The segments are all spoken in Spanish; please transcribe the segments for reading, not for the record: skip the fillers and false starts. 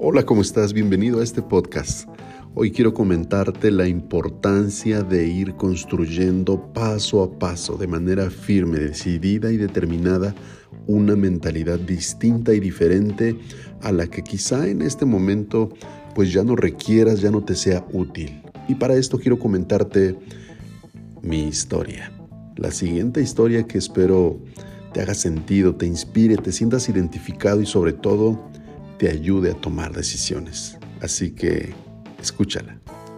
Hola, ¿cómo estás? Bienvenido a este podcast. Hoy quiero comentarte la importancia de ir construyendo paso a paso, de manera firme, decidida y determinada, una mentalidad distinta y diferente a la que quizá en este momento pues ya no requieras, ya no te sea útil. Y para esto quiero comentarte mi historia. La siguiente historia que espero te haga sentido, te inspire, te sientas identificado y sobre todo te ayude a tomar decisiones. Así que escúchala.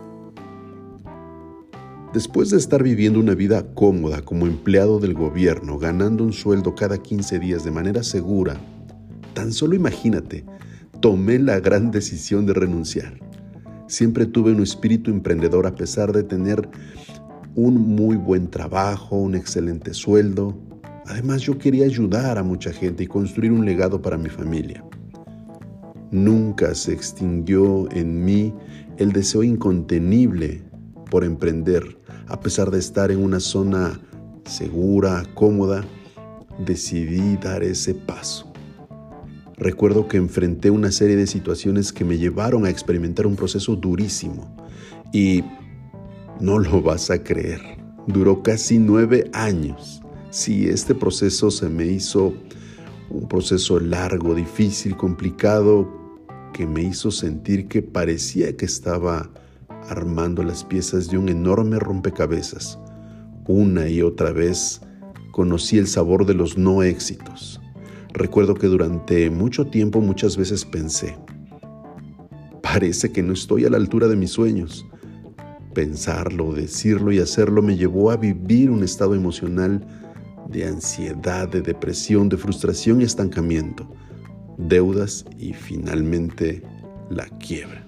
Después de estar viviendo una vida cómoda como empleado del gobierno, ganando un sueldo cada 15 días de manera segura, tan solo imagínate, tomé la gran decisión de renunciar. Siempre tuve un espíritu emprendedor a pesar de tener un muy buen trabajo, un excelente sueldo. Además, yo quería ayudar a mucha gente y construir un legado para mi familia. Nunca se extinguió en mí el deseo incontenible por emprender. A pesar de estar en una zona segura, cómoda, decidí dar ese paso. Recuerdo que enfrenté una serie de situaciones que me llevaron a experimentar un proceso durísimo y no lo vas a creer. Duró casi 9 años. Sí, este proceso se me hizo un proceso largo, difícil, complicado, que me hizo sentir que parecía que estaba armando las piezas de un enorme rompecabezas. Una y otra vez conocí el sabor de los no éxitos. Recuerdo que durante mucho tiempo muchas veces pensé, parece que no estoy a la altura de mis sueños. Pensarlo, decirlo y hacerlo me llevó a vivir un estado emocional de ansiedad, de depresión, de frustración y estancamiento, deudas y finalmente la quiebra.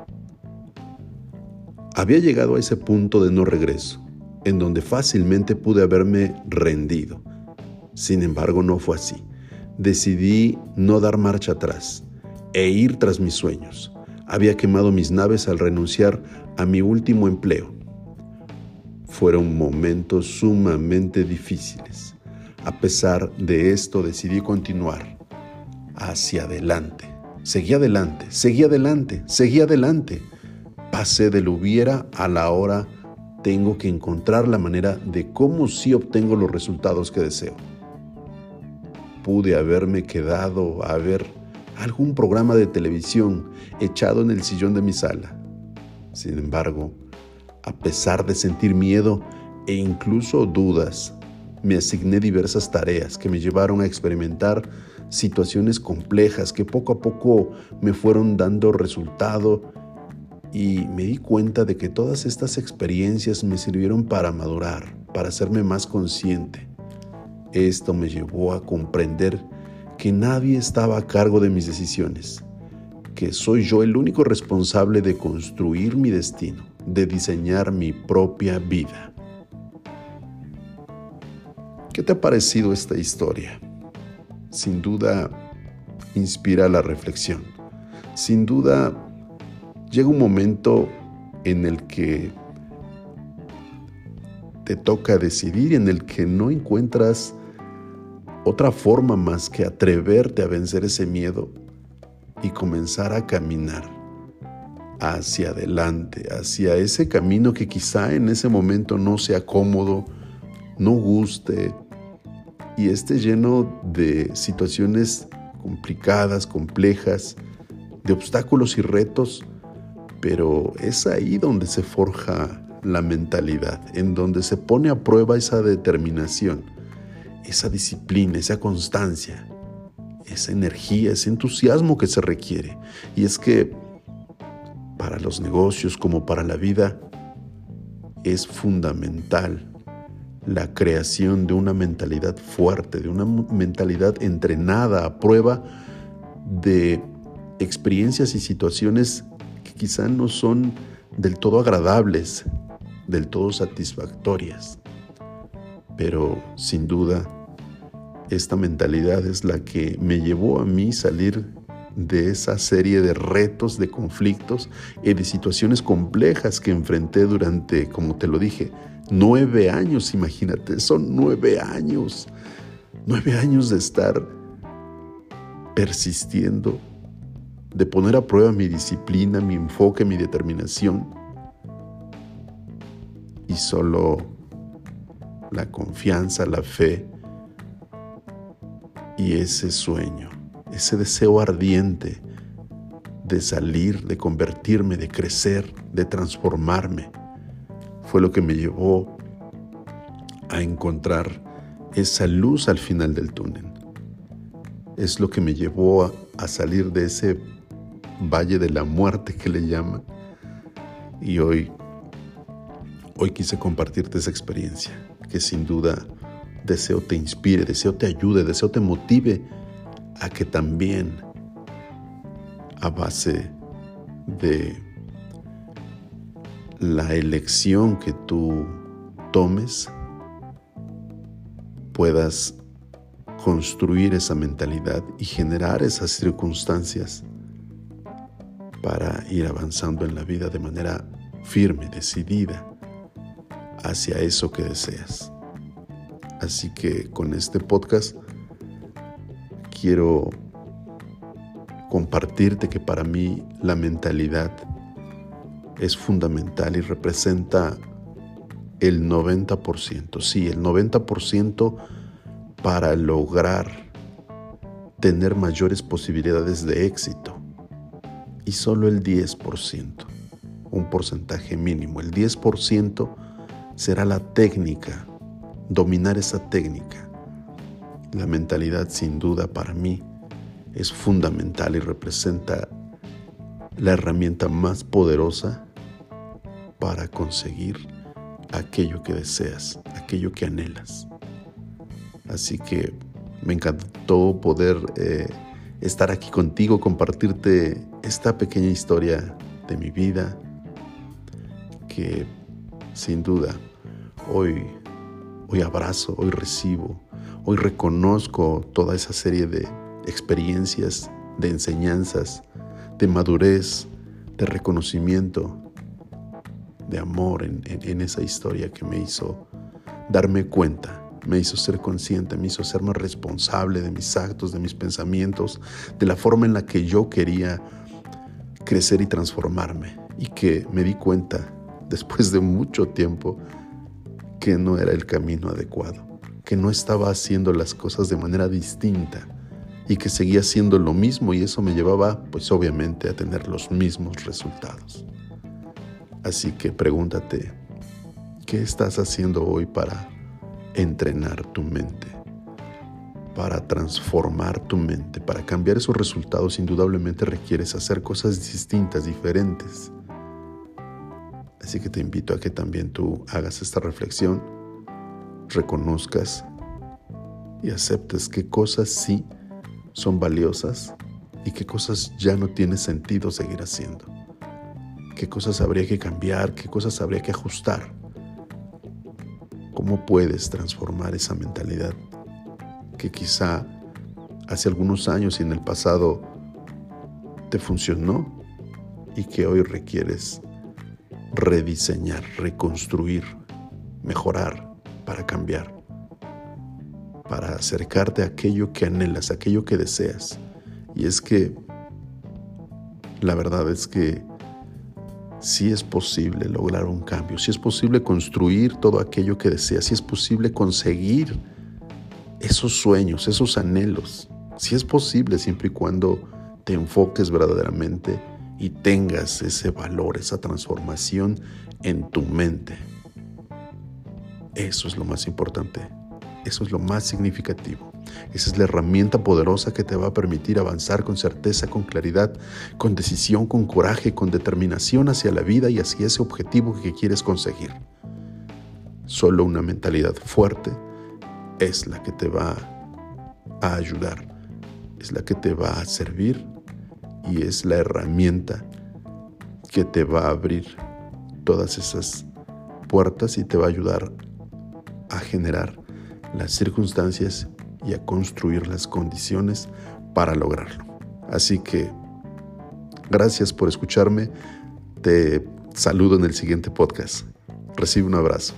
Había llegado a ese punto de no regreso, en donde fácilmente pude haberme rendido. Sin embargo, no fue así. Decidí no dar marcha atrás e ir tras mis sueños. Había quemado mis naves al renunciar a mi último empleo. Fueron momentos sumamente difíciles. A pesar de esto, decidí continuar hacia adelante. Seguí adelante, seguí adelante, seguí adelante. Pasé del hubiera a la ahora. Tengo que encontrar la manera de cómo sí obtengo los resultados que deseo. Pude haberme quedado a ver algún programa de televisión echado en el sillón de mi sala. Sin embargo, a pesar de sentir miedo e incluso dudas, me asigné diversas tareas que me llevaron a experimentar situaciones complejas que poco a poco me fueron dando resultado y me di cuenta de que todas estas experiencias me sirvieron para madurar, para hacerme más consciente. Esto me llevó a comprender que nadie estaba a cargo de mis decisiones, que soy yo el único responsable de construir mi destino, de diseñar mi propia vida. ¿Qué te ha parecido esta historia? Sin duda, inspira la reflexión. Sin duda, llega un momento en el que te toca decidir, en el que no encuentras otra forma más que atreverte a vencer ese miedo y comenzar a caminar hacia adelante, hacia ese camino que quizá en ese momento no sea cómodo, no guste y esté lleno de situaciones complicadas, complejas, de obstáculos y retos, pero es ahí donde se forja la mentalidad, en donde se pone a prueba esa determinación, esa disciplina, esa constancia, esa energía, ese entusiasmo que se requiere. Y es que para los negocios como para la vida es fundamental la creación de una mentalidad fuerte, de una mentalidad entrenada a prueba de experiencias y situaciones que quizá no son del todo agradables, del todo satisfactorias. Pero sin duda, esta mentalidad es la que me llevó a mí salir de esa serie de retos, de conflictos y de situaciones complejas que enfrenté durante, como te lo dije, 9 años, imagínate, son 9 años. 9 años de estar persistiendo de poner a prueba mi disciplina, mi enfoque, mi determinación, y solo la confianza, la fe y ese sueño, ese deseo ardiente de salir, de convertirme, de crecer, de transformarme, fue lo que me llevó a encontrar esa luz al final del túnel. Es lo que me llevó a salir de ese valle de la muerte que le llaman. Y hoy quise compartirte esa experiencia que sin duda deseo te inspire, deseo te ayude, deseo te motive a que también, a base de la elección que tú tomes, puedas construir esa mentalidad y generar esas circunstancias para ir avanzando en la vida de manera firme, decidida hacia eso que deseas. Así que con este podcast quiero compartirte que para mí la mentalidad es fundamental y representa el 90%. Sí, el 90% para lograr tener mayores posibilidades de éxito. Y solo el 10%, un porcentaje mínimo, el 10% será la técnica, dominar esa técnica. La mentalidad, sin duda, para mí es fundamental y representa la herramienta más poderosa para conseguir aquello que deseas, aquello que anhelas. Así que me encantó poder estar aquí contigo, compartirte esta pequeña historia de mi vida que sin duda hoy abrazo, hoy recibo, hoy reconozco toda esa serie de experiencias, de enseñanzas, de madurez, de reconocimiento, de amor en esa historia que me hizo darme cuenta, me hizo ser consciente, me hizo ser más responsable de mis actos, de mis pensamientos, de la forma en la que yo quería crecer y transformarme, y que me di cuenta después de mucho tiempo que no era el camino adecuado, que no estaba haciendo las cosas de manera distinta y que seguía haciendo lo mismo, y eso me llevaba, pues obviamente, a tener los mismos resultados. Así que pregúntate, ¿qué estás haciendo hoy para entrenar tu mente, para transformar tu mente? Para cambiar esos resultados indudablemente requieres hacer cosas distintas, diferentes. Así que te invito a que también tú hagas esta reflexión, reconozcas y aceptes qué cosas sí son valiosas y qué cosas ya no tiene sentido seguir haciendo. Qué cosas habría que cambiar, qué cosas habría que ajustar. ¿Cómo puedes transformar esa mentalidad que quizá hace algunos años y en el pasado te funcionó y que hoy requieres rediseñar, reconstruir, mejorar para cambiar, para acercarte a aquello que anhelas, a aquello que deseas? Y es que la verdad es que sí es posible lograr un cambio, sí es posible construir todo aquello que deseas, sí es posible conseguir esos sueños, esos anhelos. Sí es posible siempre y cuando te enfoques verdaderamente y tengas ese valor, esa transformación en tu mente. Eso es lo más importante, eso es lo más significativo. Esa es la herramienta poderosa que te va a permitir avanzar con certeza, con claridad, con decisión, con coraje, con determinación hacia la vida y hacia ese objetivo que quieres conseguir. Solo una mentalidad fuerte es la que te va a ayudar, es la que te va a servir y es la herramienta que te va a abrir todas esas puertas y te va a ayudar a generar las circunstancias y a construir las condiciones para lograrlo. Así que gracias por escucharme. Te saludo en el siguiente podcast. Recibe un abrazo.